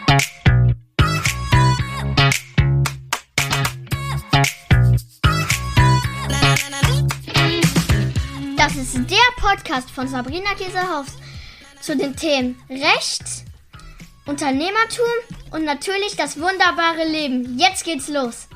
Das ist der Podcast von Sabrina Käsehaus zu den Themen Recht, Unternehmertum und natürlich das wunderbare Leben. Jetzt geht's los.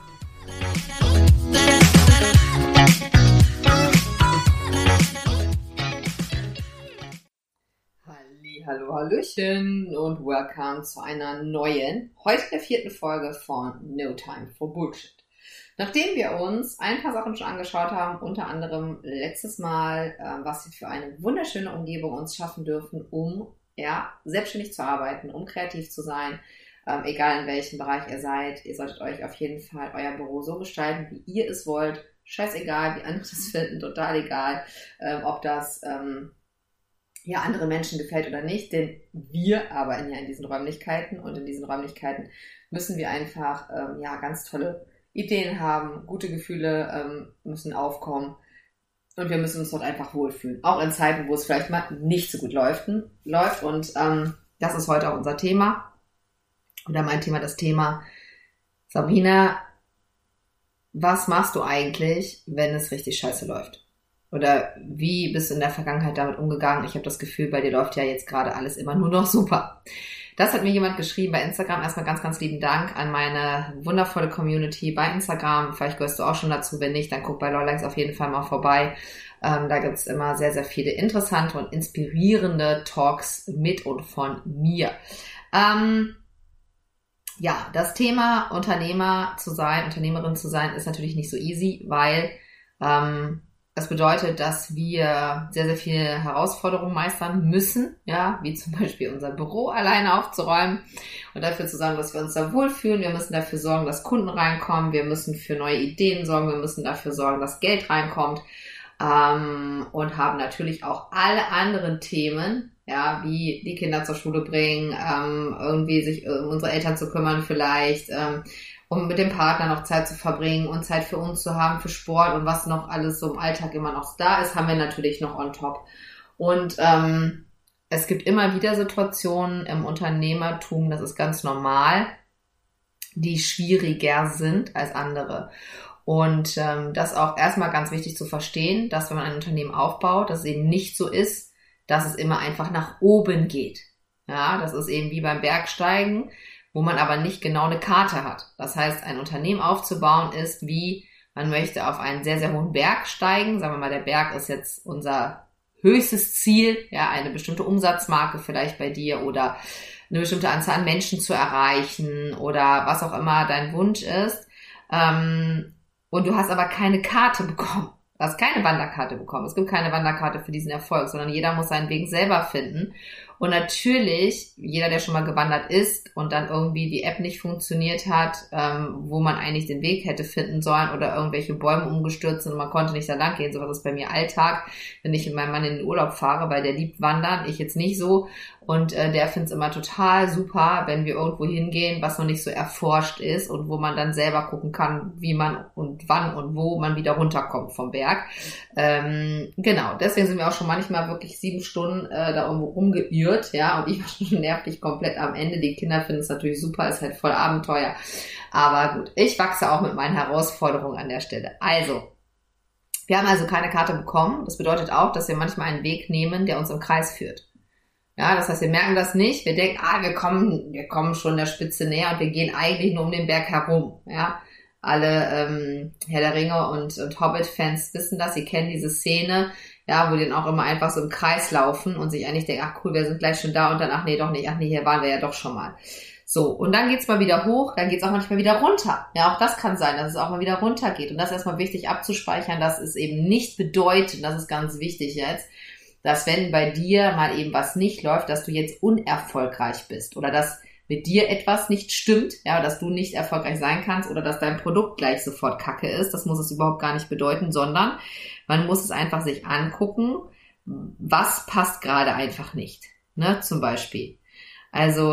Hallo, hallöchen und welcome zu einer neuen, heute der 4. Folge von No Time for Bullshit. Nachdem wir uns ein paar Sachen schon angeschaut haben, unter anderem letztes Mal, was wir für eine wunderschöne Umgebung uns schaffen dürfen, um selbstständig zu arbeiten, um kreativ zu sein, egal in welchem Bereich ihr seid, ihr solltet euch auf jeden Fall euer Büro so gestalten, wie ihr es wollt. Scheißegal, wie andere das finden, total egal, ob das anderen Menschen gefällt oder nicht, denn wir arbeiten ja in diesen Räumlichkeiten und in diesen Räumlichkeiten müssen wir einfach ganz tolle Ideen haben, gute Gefühle müssen aufkommen und wir müssen uns dort einfach wohlfühlen. Auch in Zeiten, wo es vielleicht mal nicht so gut läuft. Und das ist heute auch unser Thema oder mein Thema, das Thema Sabrina, was machst du eigentlich, wenn es richtig scheiße läuft? Oder wie bist du in der Vergangenheit damit umgegangen? Ich habe das Gefühl, bei dir läuft ja jetzt gerade alles immer nur noch super. Das hat mir jemand geschrieben bei Instagram. Erstmal ganz, ganz lieben Dank an meine wundervolle Community bei Instagram. Vielleicht gehörst du auch schon dazu. Wenn nicht, dann guck bei Lolax auf jeden Fall mal vorbei. Da gibt es immer sehr, sehr viele interessante und inspirierende Talks mit und von mir. Das Thema Unternehmer zu sein, Unternehmerin zu sein, ist natürlich nicht so easy, weil das bedeutet, dass wir sehr, sehr viele Herausforderungen meistern müssen, wie zum Beispiel unser Büro alleine aufzuräumen und dafür zu sorgen, dass wir uns da wohlfühlen. Wir müssen dafür sorgen, dass Kunden reinkommen. Wir müssen für neue Ideen sorgen. Wir müssen dafür sorgen, dass Geld reinkommt und haben natürlich auch alle anderen Themen, wie die Kinder zur Schule bringen, irgendwie sich um unsere Eltern zu kümmern vielleicht, um mit dem Partner noch Zeit zu verbringen und Zeit für uns zu haben, für Sport und was noch alles so im Alltag immer noch da ist, haben wir natürlich noch on top. Und es gibt immer wieder Situationen im Unternehmertum, das ist ganz normal, die schwieriger sind als andere. Und das ist auch erstmal ganz wichtig zu verstehen, dass wenn man ein Unternehmen aufbaut, dass es eben nicht so ist, dass es immer einfach nach oben geht. Ja, das ist eben wie beim Bergsteigen, wo man aber nicht genau eine Karte hat. Das heißt, ein Unternehmen aufzubauen ist wie, man möchte auf einen sehr, sehr hohen Berg steigen. Sagen wir mal, der Berg ist jetzt unser höchstes Ziel, eine bestimmte Umsatzmarke vielleicht bei dir oder eine bestimmte Anzahl an Menschen zu erreichen oder was auch immer dein Wunsch ist. Und du hast aber keine Karte bekommen. Du hast keine Wanderkarte bekommen. Es gibt keine Wanderkarte für diesen Erfolg, sondern jeder muss seinen Weg selber finden. Und natürlich, jeder, der schon mal gewandert ist und dann irgendwie die App nicht funktioniert hat, wo man eigentlich den Weg hätte finden sollen oder irgendwelche Bäume umgestürzt sind und man konnte nicht da lang gehen. Sowas ist bei mir Alltag, wenn ich mit meinem Mann in den Urlaub fahre, weil der liebt Wandern, ich jetzt nicht so. Und der findet es immer total super, wenn wir irgendwo hingehen, was noch nicht so erforscht ist und wo man dann selber gucken kann, wie man und wann und wo man wieder runterkommt vom Berg. Genau, deswegen sind wir auch schon manchmal wirklich 7 Stunden da irgendwo rumgeirrt, und ich war schon nervlich komplett am Ende. Die Kinder finden es natürlich super, ist halt voll Abenteuer. Aber gut, ich wachse auch mit meinen Herausforderungen an der Stelle. Also, wir haben also keine Karte bekommen. Das bedeutet auch, dass wir manchmal einen Weg nehmen, der uns im Kreis führt. Ja, das heißt, wir merken das nicht. Wir denken, wir kommen schon der Spitze näher und wir gehen eigentlich nur um den Berg herum. Ja, alle Herr der Ringe und Hobbit-Fans wissen das. Sie kennen diese Szene, wo die dann auch immer einfach so im Kreis laufen und sich eigentlich denken, ach cool, wir sind gleich schon da und dann, ach nee, doch nicht, ach nee, hier waren wir ja doch schon mal. So, und dann geht's mal wieder hoch, dann geht's auch manchmal wieder runter. Ja, auch das kann sein, dass es auch mal wieder runter geht. Und das ist erstmal wichtig abzuspeichern, dass es eben nicht bedeutet, das ist ganz wichtig jetzt, dass wenn bei dir mal eben was nicht läuft, dass du jetzt unerfolgreich bist oder dass mit dir etwas nicht stimmt, dass du nicht erfolgreich sein kannst oder dass dein Produkt gleich sofort Kacke ist. Das muss es überhaupt gar nicht bedeuten, sondern man muss es einfach sich angucken, was passt gerade einfach nicht. Zum Beispiel. Also,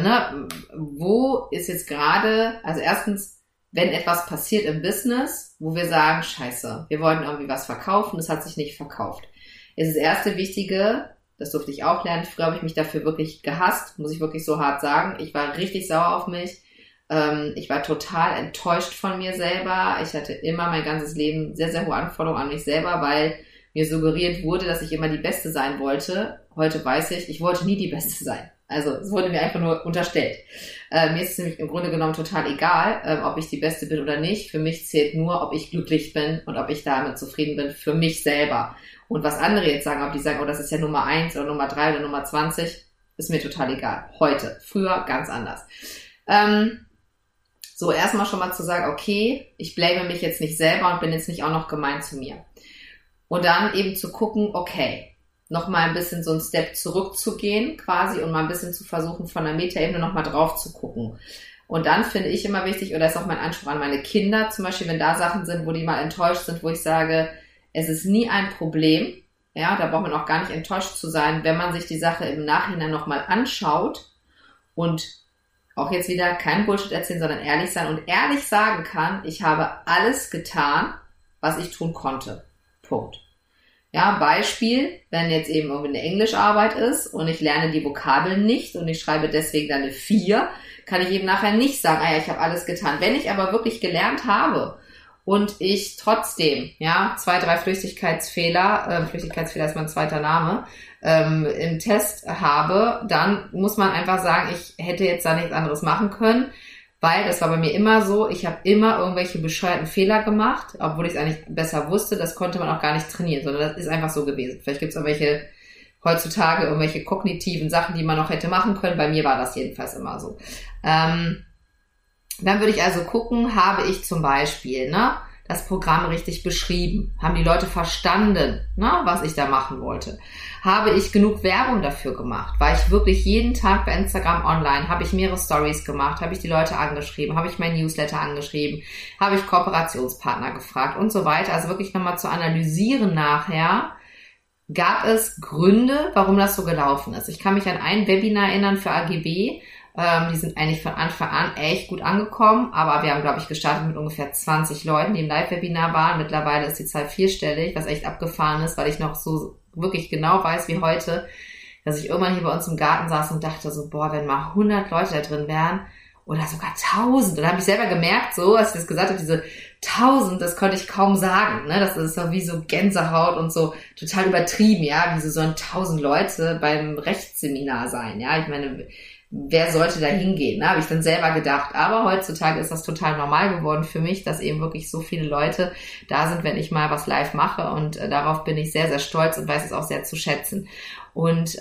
wo ist jetzt gerade, also erstens, wenn etwas passiert im Business, wo wir sagen, scheiße, wir wollten irgendwie was verkaufen, es hat sich nicht verkauft, ist das erste Wichtige, Das durfte ich auch lernen. Früher habe ich mich dafür wirklich gehasst, muss ich wirklich so hart sagen. Ich war richtig sauer auf mich. Ich war total enttäuscht von mir selber. Ich hatte immer mein ganzes Leben sehr, sehr hohe Anforderungen an mich selber, weil mir suggeriert wurde, dass ich immer die Beste sein wollte. Heute weiß ich wollte nie die Beste sein. Also es wurde mir einfach nur unterstellt. Mir ist es nämlich im Grunde genommen total egal, ob ich die Beste bin oder nicht. Für mich zählt nur, ob ich glücklich bin und ob ich damit zufrieden bin für mich selber. Und was andere jetzt sagen, ob die sagen, oh, das ist ja Nummer 1 oder Nummer 3 oder Nummer 20, ist mir total egal. Heute. Früher ganz anders. So, erstmal schon mal zu sagen, okay, ich blame mich jetzt nicht selber und bin jetzt nicht auch noch gemein zu mir. Und dann eben zu gucken, okay, nochmal ein bisschen so einen Step zurückzugehen quasi und mal ein bisschen zu versuchen, von der Metaebene nochmal drauf zu gucken. Und dann finde ich immer wichtig, oder ist auch mein Anspruch an meine Kinder, zum Beispiel, wenn da Sachen sind, wo die mal enttäuscht sind, wo ich sage, es ist nie ein Problem, ja, da braucht man auch gar nicht enttäuscht zu sein, wenn man sich die Sache im Nachhinein nochmal anschaut und auch jetzt wieder kein Bullshit erzählen, sondern ehrlich sein und ehrlich sagen kann, ich habe alles getan, was ich tun konnte. Punkt. Ja, Beispiel, wenn jetzt eben irgendwie eine Englischarbeit ist und ich lerne die Vokabeln nicht und ich schreibe deswegen dann eine 4, kann ich eben nachher nicht sagen, ich habe alles getan. Wenn ich aber wirklich gelernt habe und ich trotzdem, 2, 3 Flüchtigkeitsfehler ist mein zweiter Name, im Test habe, dann muss man einfach sagen, ich hätte jetzt da nichts anderes machen können, weil das war bei mir immer so, ich habe immer irgendwelche bescheuerten Fehler gemacht, obwohl ich es eigentlich besser wusste, das konnte man auch gar nicht trainieren, sondern das ist einfach so gewesen. Vielleicht gibt es heutzutage irgendwelche kognitiven Sachen, die man noch hätte machen können, bei mir war das jedenfalls immer so. Dann würde ich also gucken, habe ich zum Beispiel, das Programm richtig beschrieben? Haben die Leute verstanden, was ich da machen wollte? Habe ich genug Werbung dafür gemacht? War ich wirklich jeden Tag bei Instagram online? Habe ich mehrere Stories gemacht? Habe ich die Leute angeschrieben? Habe ich mein Newsletter angeschrieben? Habe ich Kooperationspartner gefragt und so weiter? Also wirklich nochmal zu analysieren nachher, gab es Gründe, warum das so gelaufen ist? Ich kann mich an ein Webinar erinnern für AGB. Die sind eigentlich von Anfang an echt gut angekommen, aber wir haben, glaube ich, gestartet mit ungefähr 20 Leuten, die im Live-Webinar waren. Mittlerweile ist die Zahl 4-stellig, was echt abgefahren ist, weil ich noch so wirklich genau weiß wie heute, dass ich irgendwann hier bei uns im Garten saß und dachte so, wenn mal 100 Leute da drin wären oder sogar 1000. Und da habe ich selber gemerkt, so, als ich das gesagt habe, diese 1000, das konnte ich kaum sagen, ne? Das ist so wie so Gänsehaut und so total übertrieben, wie so sollen 1000 Leute beim Rechtsseminar sein, Ich meine, wer sollte da hingehen, habe ich dann selber gedacht. Aber heutzutage ist das total normal geworden für mich, dass eben wirklich so viele Leute da sind, wenn ich mal was live mache. Und darauf bin ich sehr, sehr stolz und weiß es auch sehr zu schätzen. Und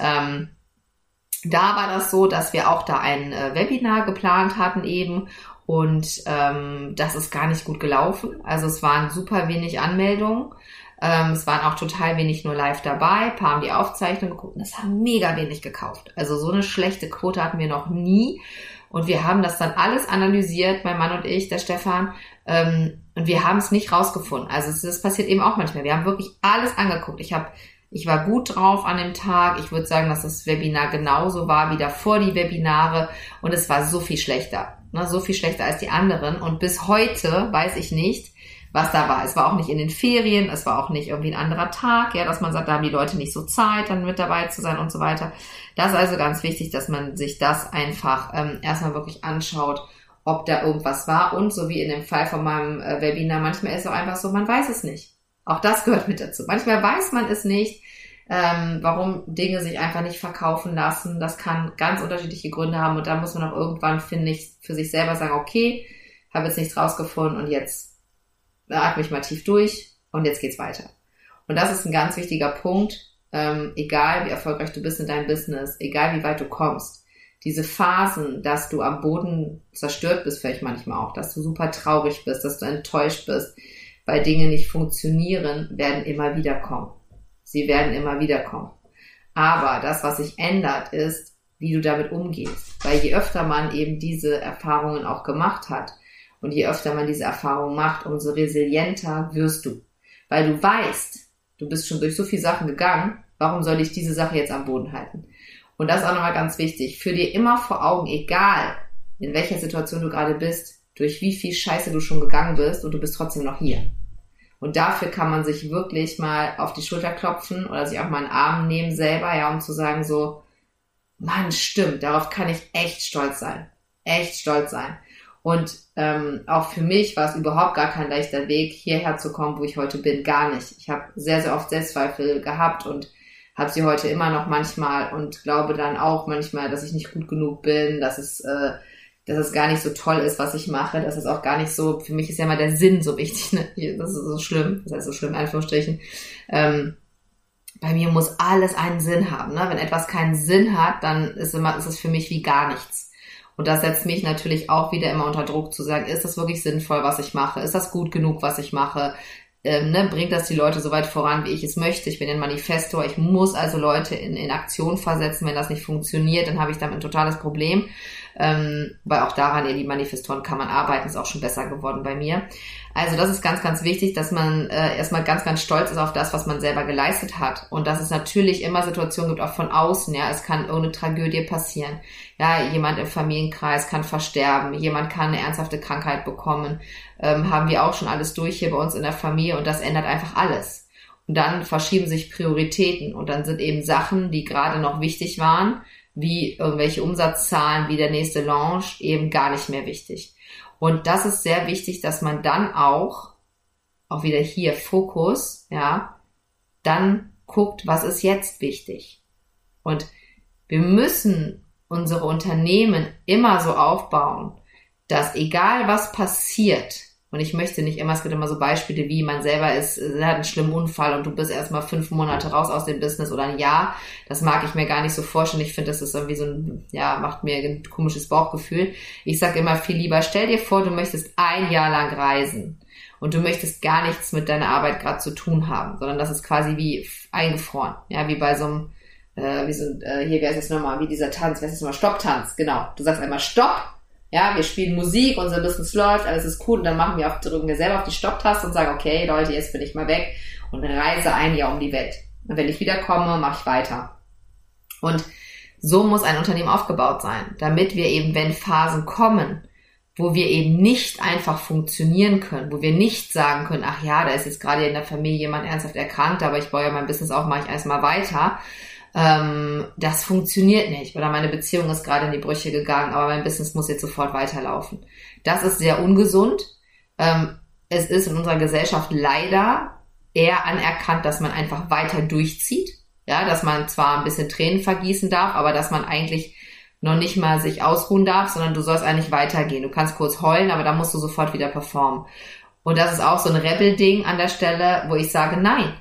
da war das so, dass wir auch da ein Webinar geplant hatten eben. Und das ist gar nicht gut gelaufen. Also es waren super wenig Anmeldungen. Es waren auch total wenig nur live dabei, ein paar haben die Aufzeichnung geguckt und es haben mega wenig gekauft. Also so eine schlechte Quote hatten wir noch nie und wir haben das dann alles analysiert, mein Mann und ich, der Stefan, und wir haben es nicht rausgefunden. Also das passiert eben auch manchmal. Wir haben wirklich alles angeguckt. Ich war gut drauf an dem Tag. Ich würde sagen, dass das Webinar genauso war wie davor die Webinare und es war so viel schlechter, so viel schlechter als die anderen und bis heute weiß ich nicht, was da war. Es war auch nicht in den Ferien, es war auch nicht irgendwie ein anderer Tag, dass man sagt, da haben die Leute nicht so Zeit, dann mit dabei zu sein und so weiter. Das ist also ganz wichtig, dass man sich das einfach erstmal wirklich anschaut, ob da irgendwas war. Und so wie in dem Fall von meinem Webinar, manchmal ist es auch einfach so, man weiß es nicht. Auch das gehört mit dazu. Manchmal weiß man es nicht, warum Dinge sich einfach nicht verkaufen lassen. Das kann ganz unterschiedliche Gründe haben und da muss man auch irgendwann, finde ich, für sich selber sagen, okay, habe jetzt nichts rausgefunden und jetzt atme ich mal tief durch und jetzt geht's weiter. Und das ist ein ganz wichtiger Punkt, egal wie erfolgreich du bist in deinem Business, egal wie weit du kommst. Diese Phasen, dass du am Boden zerstört bist, vielleicht manchmal auch, dass du super traurig bist, dass du enttäuscht bist, weil Dinge nicht funktionieren, werden immer wieder kommen. Sie werden immer wieder kommen. Aber das, was sich ändert, ist, wie du damit umgehst. Weil je öfter man eben diese Erfahrungen auch gemacht hat, und je öfter man diese Erfahrung macht, umso resilienter wirst du. Weil du weißt, du bist schon durch so viele Sachen gegangen, warum soll ich diese Sache jetzt am Boden halten? Und das ist auch nochmal ganz wichtig. Führ dir immer vor Augen, egal in welcher Situation du gerade bist, durch wie viel Scheiße du schon gegangen bist und du bist trotzdem noch hier. Und dafür kann man sich wirklich mal auf die Schulter klopfen oder sich auch mal einen Arm nehmen selber, ja, um zu sagen so, Mann, stimmt, darauf kann ich echt stolz sein. Echt stolz sein. Und auch für mich war es überhaupt gar kein leichter Weg, hierher zu kommen, wo ich heute bin, gar nicht. Ich habe sehr, sehr oft Selbstzweifel gehabt und habe sie heute immer noch manchmal und glaube dann auch manchmal, dass ich nicht gut genug bin, dass es gar nicht so toll ist, was ich mache, dass es auch gar nicht so, für mich ist ja immer der Sinn so wichtig, ne? Das ist so schlimm, das heißt so schlimm, in Anführungsstrichen. Bei mir muss alles einen Sinn haben, ne? Wenn etwas keinen Sinn hat, dann ist es für mich wie gar nichts. Und das setzt mich natürlich auch wieder immer unter Druck zu sagen, ist das wirklich sinnvoll, was ich mache? Ist das gut genug, was ich mache? Bringt das die Leute so weit voran, wie ich es möchte? Ich bin ein Manifestor, ich muss also Leute in Aktion versetzen. Wenn das nicht funktioniert, dann habe ich damit ein totales Problem. Weil auch daran, die Manifestoren kann man arbeiten, ist auch schon besser geworden bei mir. Also das ist ganz, ganz wichtig, dass man erstmal ganz, ganz stolz ist auf das, was man selber geleistet hat. Und dass es natürlich immer Situationen gibt, auch von außen. Ja, es kann irgendeine Tragödie passieren. Ja, jemand im Familienkreis kann versterben, jemand kann eine ernsthafte Krankheit bekommen. Haben wir auch schon alles durch hier bei uns in der Familie und das ändert einfach alles. Und dann verschieben sich Prioritäten und dann sind eben Sachen, die gerade noch wichtig waren, wie irgendwelche Umsatzzahlen, wie der nächste Launch, eben gar nicht mehr wichtig. Und das ist sehr wichtig, dass man dann auch wieder hier Fokus, ja, dann guckt, was ist jetzt wichtig. Und wir müssen unsere Unternehmen immer so aufbauen, dass egal was passiert, und ich möchte nicht immer, es gibt immer so Beispiele, wie man selber hat einen schlimmen Unfall und du bist erstmal 5 Monate raus aus dem Business oder ein Jahr. Das mag ich mir gar nicht so vorstellen. Ich finde, das ist irgendwie macht mir ein komisches Bauchgefühl. Ich sage immer viel lieber, stell dir vor, du möchtest 1 Jahr lang reisen und du möchtest gar nichts mit deiner Arbeit gerade zu tun haben, sondern das ist quasi wie eingefroren. Ja, wie bei so einem, hier wäre es jetzt nochmal, wie dieser Tanz, wer ist das nochmal? Stopptanz, genau. Du sagst einmal Stopp. Ja, wir spielen Musik, unser Business läuft, alles ist cool und dann drücken wir selber auf die Stopptaste und sagen, okay, Leute, jetzt bin ich mal weg und reise 1 Jahr um die Welt. Und wenn ich wiederkomme, mache ich weiter. Und so muss ein Unternehmen aufgebaut sein, damit wir eben, wenn Phasen kommen, wo wir eben nicht einfach funktionieren können, wo wir nicht sagen können, ach ja, da ist jetzt gerade in der Familie jemand ernsthaft erkrankt, aber ich baue ja mein Business auf, mache ich erstmal weiter. Das funktioniert nicht oder meine Beziehung ist gerade in die Brüche gegangen, aber mein Business muss jetzt sofort weiterlaufen. Das ist sehr ungesund. Es ist in unserer Gesellschaft leider eher anerkannt, dass man einfach weiter durchzieht, ja, dass man zwar ein bisschen Tränen vergießen darf, aber dass man eigentlich noch nicht mal sich ausruhen darf, sondern du sollst eigentlich weitergehen. Du kannst kurz heulen, aber dann musst du sofort wieder performen. Und das ist auch so ein Rebel-Ding an der Stelle, wo ich sage, nein.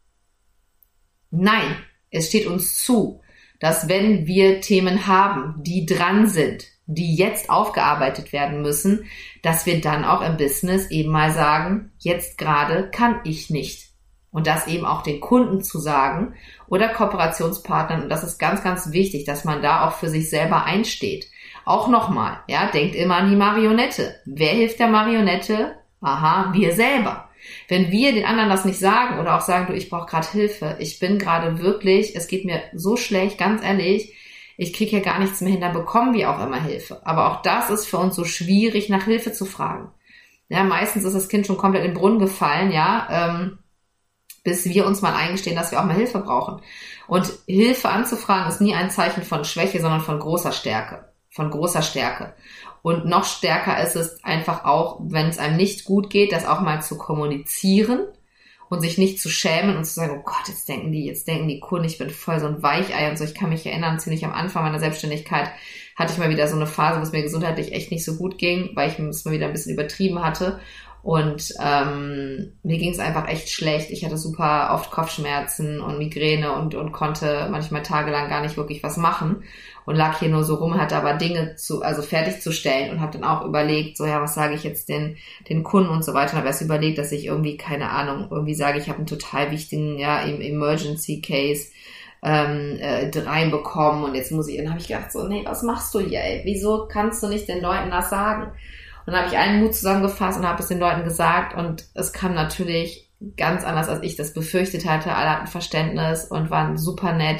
Es steht uns zu, dass wenn wir Themen haben, die dran sind, die jetzt aufgearbeitet werden müssen, dass wir dann auch im Business eben mal sagen, jetzt gerade kann ich nicht. Und das eben auch den Kunden zu sagen oder Kooperationspartnern. Und das ist ganz, ganz wichtig, dass man da auch für sich selber einsteht. Auch nochmal, ja, denkt immer an die Marionette. Wer hilft der Marionette? Aha, wir selber. Wenn wir den anderen das nicht sagen oder auch sagen, du, ich brauche gerade Hilfe, ich bin gerade wirklich, es geht mir so schlecht, ganz ehrlich, ich kriege hier gar nichts mehr hin, dann bekommen wir auch immer Hilfe. Aber auch das ist für uns so schwierig, nach Hilfe zu fragen. Ja, meistens ist das Kind schon komplett in den Brunnen gefallen, ja, bis wir uns mal eingestehen, dass wir auch mal Hilfe brauchen. Und Hilfe anzufragen ist nie ein Zeichen von Schwäche, sondern von großer Stärke. Und noch stärker ist es einfach auch, wenn es einem nicht gut geht, das auch mal zu kommunizieren und sich nicht zu schämen und zu sagen, oh Gott, jetzt denken die Kunden, ich bin voll so ein Weichei und so. Ich kann mich erinnern, ziemlich am Anfang meiner Selbstständigkeit hatte ich mal wieder so eine Phase, wo es mir gesundheitlich echt nicht so gut ging, weil ich es mal wieder ein bisschen übertrieben hatte. Und mir ging es einfach echt schlecht. Ich hatte super oft Kopfschmerzen und Migräne und konnte manchmal tagelang gar nicht wirklich was machen und lag hier nur so rum, hatte aber Dinge fertigzustellen und habe dann auch überlegt, so ja, was sage ich jetzt den Kunden und so weiter. Und habe erst überlegt, dass ich irgendwie, keine Ahnung, irgendwie sage, ich habe einen total wichtigen, ja, Emergency Case reinbekommen und jetzt dann habe ich gedacht so, nee, was machst du hier, ey? Wieso kannst du nicht den Leuten das sagen? Und dann habe ich allen Mut zusammengefasst und habe es den Leuten gesagt und es kam natürlich ganz anders, als ich das befürchtet hatte. Alle hatten Verständnis und waren super nett,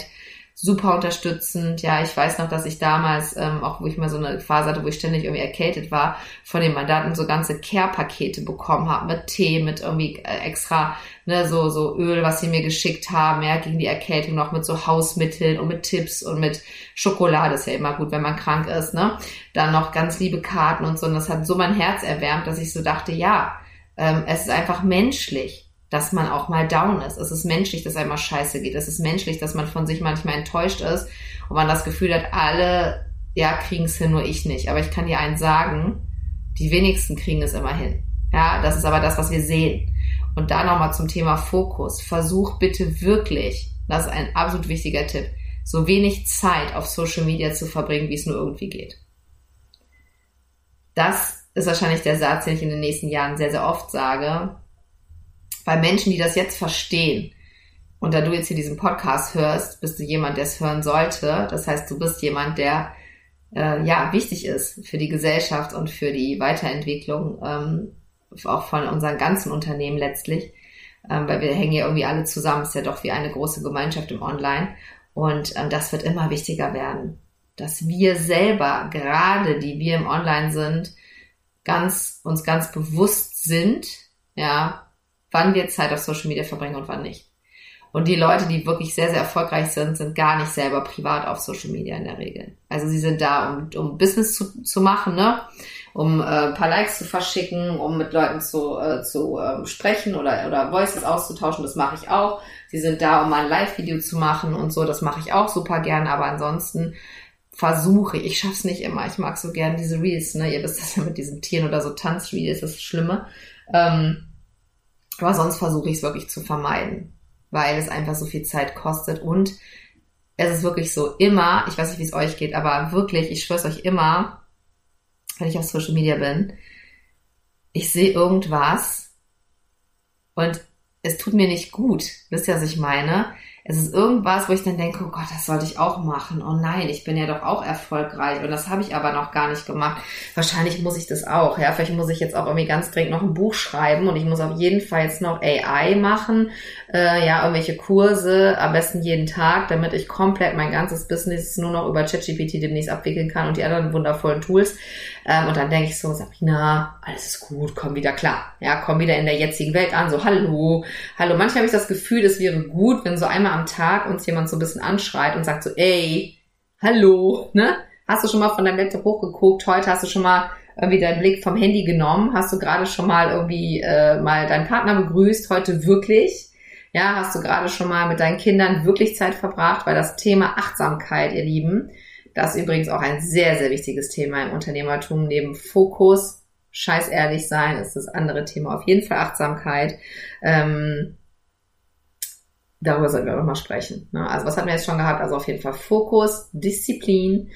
super unterstützend. Ja, ich weiß noch, dass ich damals, auch wo ich mal so eine Phase hatte, wo ich ständig irgendwie erkältet war, von den Mandanten so ganze Care-Pakete bekommen habe, mit Tee, mit irgendwie extra, ne, so Öl, was sie mir geschickt haben, ja, gegen die Erkältung, noch mit so Hausmitteln und mit Tipps und mit Schokolade, ist ja immer gut, wenn man krank ist, ne, dann noch ganz liebe Karten und so, und das hat so mein Herz erwärmt, dass ich so dachte, ja, es ist einfach menschlich, dass man auch mal down ist. Es ist menschlich, dass einem mal scheiße geht. Es ist menschlich, dass man von sich manchmal enttäuscht ist und man das Gefühl hat, alle, ja, kriegen es hin, nur ich nicht. Aber ich kann dir eins sagen, die wenigsten kriegen es immer hin. Ja, das ist aber das, was wir sehen. Und da nochmal zum Thema Fokus. Versuch bitte wirklich, das ist ein absolut wichtiger Tipp, so wenig Zeit auf Social Media zu verbringen, wie es nur irgendwie geht. Das ist wahrscheinlich der Satz, den ich in den nächsten Jahren sehr, sehr oft sage. Bei Menschen, die das jetzt verstehen, und da du jetzt hier diesen Podcast hörst, bist du jemand, der es hören sollte. Das heißt, du bist jemand, der wichtig ist für die Gesellschaft und für die Weiterentwicklung, auch von unseren ganzen Unternehmen letztlich, weil wir hängen ja irgendwie alle zusammen, ist ja doch wie eine große Gemeinschaft im Online. Und das wird immer wichtiger werden, dass wir selber, gerade die wir im Online sind, uns ganz bewusst sind, ja, wann wir Zeit auf Social Media verbringen und wann nicht. Und die Leute, die wirklich sehr, sehr erfolgreich sind gar nicht selber privat auf Social Media in der Regel. Also sie sind da, um Business zu machen, ne? Um ein paar Likes zu verschicken, um mit Leuten zu sprechen oder Voices auszutauschen, das mache ich auch. Sie sind da, um ein Live-Video zu machen und so, das mache ich auch super gern, aber ansonsten versuche ich schaff's nicht immer. Ich mag so gern diese Reels, ne? Ihr wisst das ja mit diesen Tieren oder so Tanzreels, das ist das Schlimme. Aber sonst versuche ich es wirklich zu vermeiden, weil es einfach so viel Zeit kostet und es ist wirklich so immer, ich weiß nicht, wie es euch geht, aber wirklich, ich schwör's euch immer, wenn ich auf Social Media bin, ich sehe irgendwas und es tut mir nicht gut. Wisst ihr, was ich meine? Es ist irgendwas, wo ich dann denke, oh Gott, das sollte ich auch machen. Oh nein, ich bin ja doch auch erfolgreich. Und das habe ich aber noch gar nicht gemacht. Wahrscheinlich muss ich das auch. Ja, vielleicht muss ich jetzt auch irgendwie ganz dringend noch ein Buch schreiben. Und ich muss auf jeden Fall jetzt noch AI machen. Irgendwelche Kurse, am besten jeden Tag, damit ich komplett mein ganzes Business nur noch über ChatGPT demnächst abwickeln kann und die anderen wundervollen Tools. Und dann denke ich so, Sabrina, alles ist gut, komm wieder klar. Ja, komm wieder in der jetzigen Welt an. So, hallo. Manchmal habe ich das Gefühl, es wäre gut, wenn so einmal am Tag uns jemand so ein bisschen anschreit und sagt so, ey, hallo, ne? Hast du schon mal von deinem Laptop hochgeguckt? Heute hast du schon mal irgendwie deinen Blick vom Handy genommen? Hast du gerade schon mal irgendwie mal deinen Partner begrüßt? Heute wirklich? Ja, hast du gerade schon mal mit deinen Kindern wirklich Zeit verbracht? Weil das Thema Achtsamkeit, ihr Lieben, das ist übrigens auch ein sehr, sehr wichtiges Thema im Unternehmertum. Neben Fokus, scheiß ehrlich sein, ist das andere Thema auf jeden Fall Achtsamkeit. Darüber sollten wir auch noch mal sprechen. Ne? Also was hatten wir jetzt schon gehabt? Also auf jeden Fall Fokus, Disziplin,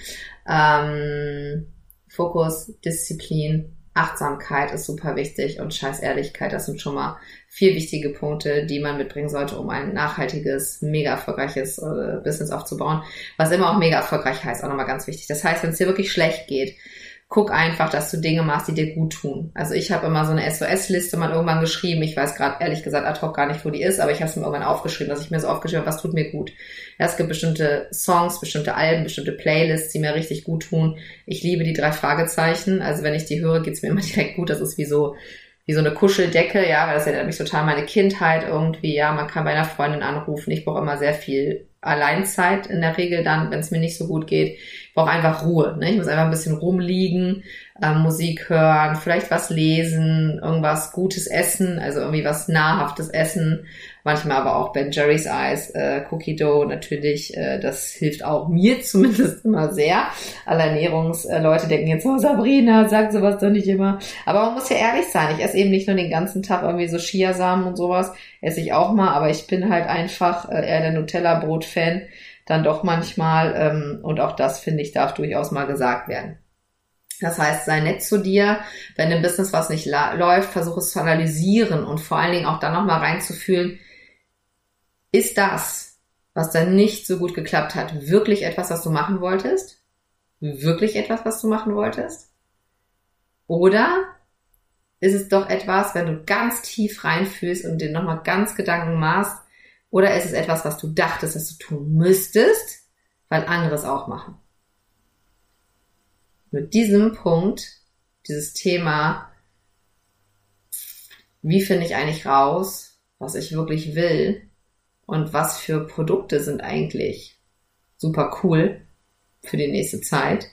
Achtsamkeit ist super wichtig und scheiß Ehrlichkeit, das sind schon mal 4 wichtige Punkte, die man mitbringen sollte, um ein nachhaltiges, mega erfolgreiches Business aufzubauen. Was immer auch mega erfolgreich heißt, auch nochmal ganz wichtig. Das heißt, wenn es dir wirklich schlecht geht, guck einfach, dass du Dinge machst, die dir gut tun. Also ich habe immer so eine SOS-Liste mal irgendwann geschrieben. Ich weiß gerade ehrlich gesagt ad hoc gar nicht, wo die ist, aber ich habe es mir irgendwann aufgeschrieben, dass ich mir so aufgeschrieben habe, was tut mir gut. Ja, es gibt bestimmte Songs, bestimmte Alben, bestimmte Playlists, die mir richtig gut tun. Ich liebe die 3 Fragezeichen. Also wenn ich die höre, geht's mir immer direkt gut. Das ist wie so eine Kuscheldecke, ja, weil das erinnert mich total an meine Kindheit irgendwie. Ja, man kann bei einer Freundin anrufen. Ich brauche immer sehr viel Alleinzeit in der Regel dann, wenn es mir nicht so gut geht. Ich brauche einfach Ruhe. Ne? Ich muss einfach ein bisschen rumliegen, Musik hören, vielleicht was lesen, irgendwas Gutes essen, also irgendwie was Nahrhaftes essen. Manchmal aber auch Ben Jerry's Eis, Cookie Dough natürlich. Das hilft auch mir zumindest immer sehr. Alle Ernährungsleute denken jetzt, oh Sabrina, sag sowas doch nicht immer. Aber man muss ja ehrlich sein. Ich esse eben nicht nur den ganzen Tag irgendwie so Chiasamen und sowas. Esse ich auch mal, aber ich bin halt einfach eher der Nutella-Brot-Fan. Dann doch manchmal. Und auch das, finde ich, darf durchaus mal gesagt werden. Das heißt, sei nett zu dir. Wenn im Business was nicht läuft, versuch es zu analysieren und vor allen Dingen auch dann nochmal reinzufühlen, ist das, was da nicht so gut geklappt hat, wirklich etwas, was du machen wolltest? Wirklich etwas, was du machen wolltest? Oder ist es doch etwas, wenn du ganz tief reinfühlst und dir nochmal ganz Gedanken machst, oder ist es etwas, was du dachtest, dass du tun müsstest, weil andere es auch machen. Mit diesem Punkt, dieses Thema, wie finde ich eigentlich raus, was ich wirklich will und was für Produkte sind eigentlich super cool für die nächste Zeit,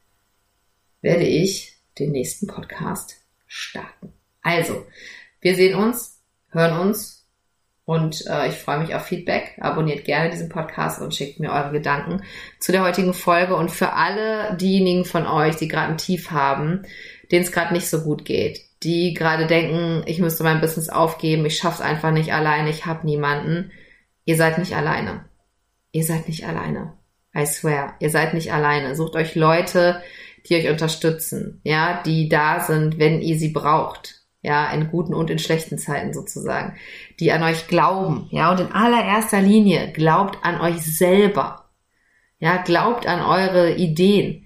werde ich den nächsten Podcast starten. Also, wir sehen uns, hören uns und ich freue mich auf Feedback. Abonniert gerne diesen Podcast und schickt mir eure Gedanken zu der heutigen Folge. Und für alle diejenigen von euch, die gerade ein Tief haben, denen es gerade nicht so gut geht, die gerade denken, ich müsste mein Business aufgeben, ich schaff's einfach nicht alleine, ich habe niemanden. Ihr seid nicht alleine. Ihr seid nicht alleine. I swear, ihr seid nicht alleine. Sucht euch Leute, die euch unterstützen, ja, die da sind, wenn ihr sie braucht. Ja, in guten und in schlechten Zeiten sozusagen, die an euch glauben, ja, und in allererster Linie glaubt an euch selber, ja, glaubt an eure Ideen.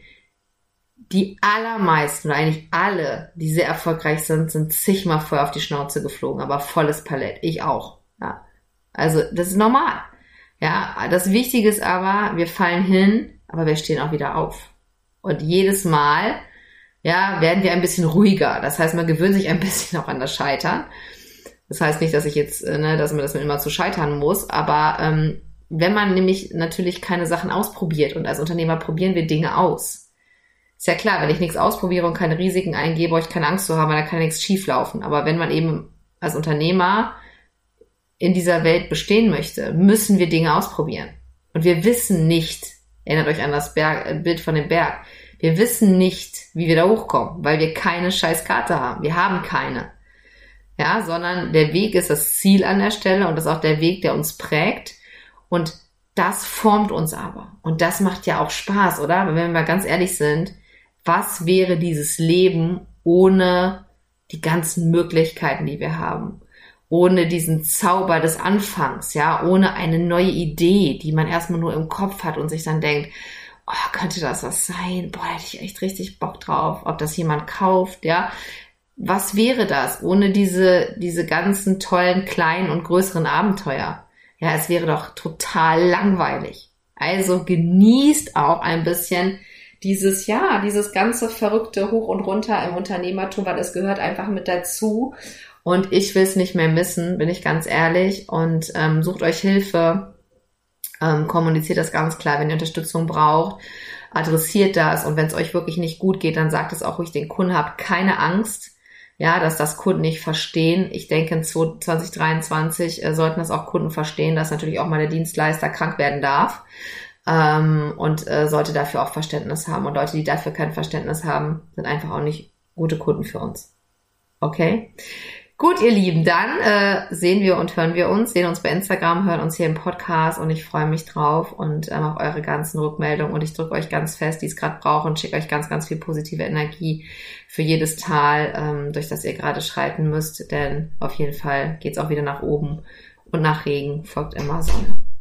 Die allermeisten, oder eigentlich alle, die sehr erfolgreich sind, sind zigmal vorher auf die Schnauze geflogen, aber volles Palett, ich auch, ja, also das ist normal, ja, das Wichtige ist aber, wir fallen hin, aber wir stehen auch wieder auf und jedes Mal ja, werden wir ein bisschen ruhiger. Das heißt, man gewöhnt sich ein bisschen auch an das Scheitern. Das heißt nicht, dass ich jetzt, dass man immer zu scheitern muss, aber wenn man nämlich natürlich keine Sachen ausprobiert und als Unternehmer probieren wir Dinge aus. Ist ja klar, wenn ich nichts ausprobiere und keine Risiken eingehe, brauche ich keine Angst zu haben, weil da kann nichts schief laufen. Aber wenn man eben als Unternehmer in dieser Welt bestehen möchte, müssen wir Dinge ausprobieren. Und wir wissen nicht, erinnert euch an das Bild von dem Berg, wir wissen nicht, wie wir da hochkommen, weil wir keine scheiß Karte haben. Wir haben keine. Ja, sondern der Weg ist das Ziel an der Stelle und das ist auch der Weg, der uns prägt. Und das formt uns aber. Und das macht ja auch Spaß, oder? Wenn wir mal ganz ehrlich sind, was wäre dieses Leben ohne die ganzen Möglichkeiten, die wir haben? Ohne diesen Zauber des Anfangs, ja? Ohne eine neue Idee, die man erstmal nur im Kopf hat und sich dann denkt, oh, könnte das was sein? Boah, hätte ich echt richtig Bock drauf, ob das jemand kauft, ja. Was wäre das ohne diese ganzen tollen, kleinen und größeren Abenteuer? Ja, es wäre doch total langweilig. Also genießt auch ein bisschen dieses ganze verrückte Hoch und Runter im Unternehmertum, weil es gehört einfach mit dazu. Und ich will es nicht mehr missen, bin ich ganz ehrlich. Und sucht euch Hilfe. Kommuniziert das ganz klar, wenn ihr Unterstützung braucht, adressiert das und wenn es euch wirklich nicht gut geht, dann sagt es auch ruhig den Kunden, habt keine Angst, ja, dass das Kunden nicht verstehen. Ich denke, in 2023 sollten das auch Kunden verstehen, dass natürlich auch mal der Dienstleister krank werden darf und sollte dafür auch Verständnis haben und Leute, die dafür kein Verständnis haben, sind einfach auch nicht gute Kunden für uns. Okay? Gut, ihr Lieben, dann sehen wir und hören wir uns, sehen uns bei Instagram, hören uns hier im Podcast und ich freue mich drauf und auf eure ganzen Rückmeldungen und ich drücke euch ganz fest, die es gerade braucht und schicke euch ganz, ganz viel positive Energie für jedes Tal, durch das ihr gerade schreiten müsst, denn auf jeden Fall geht's auch wieder nach oben und nach Regen folgt immer Sonne.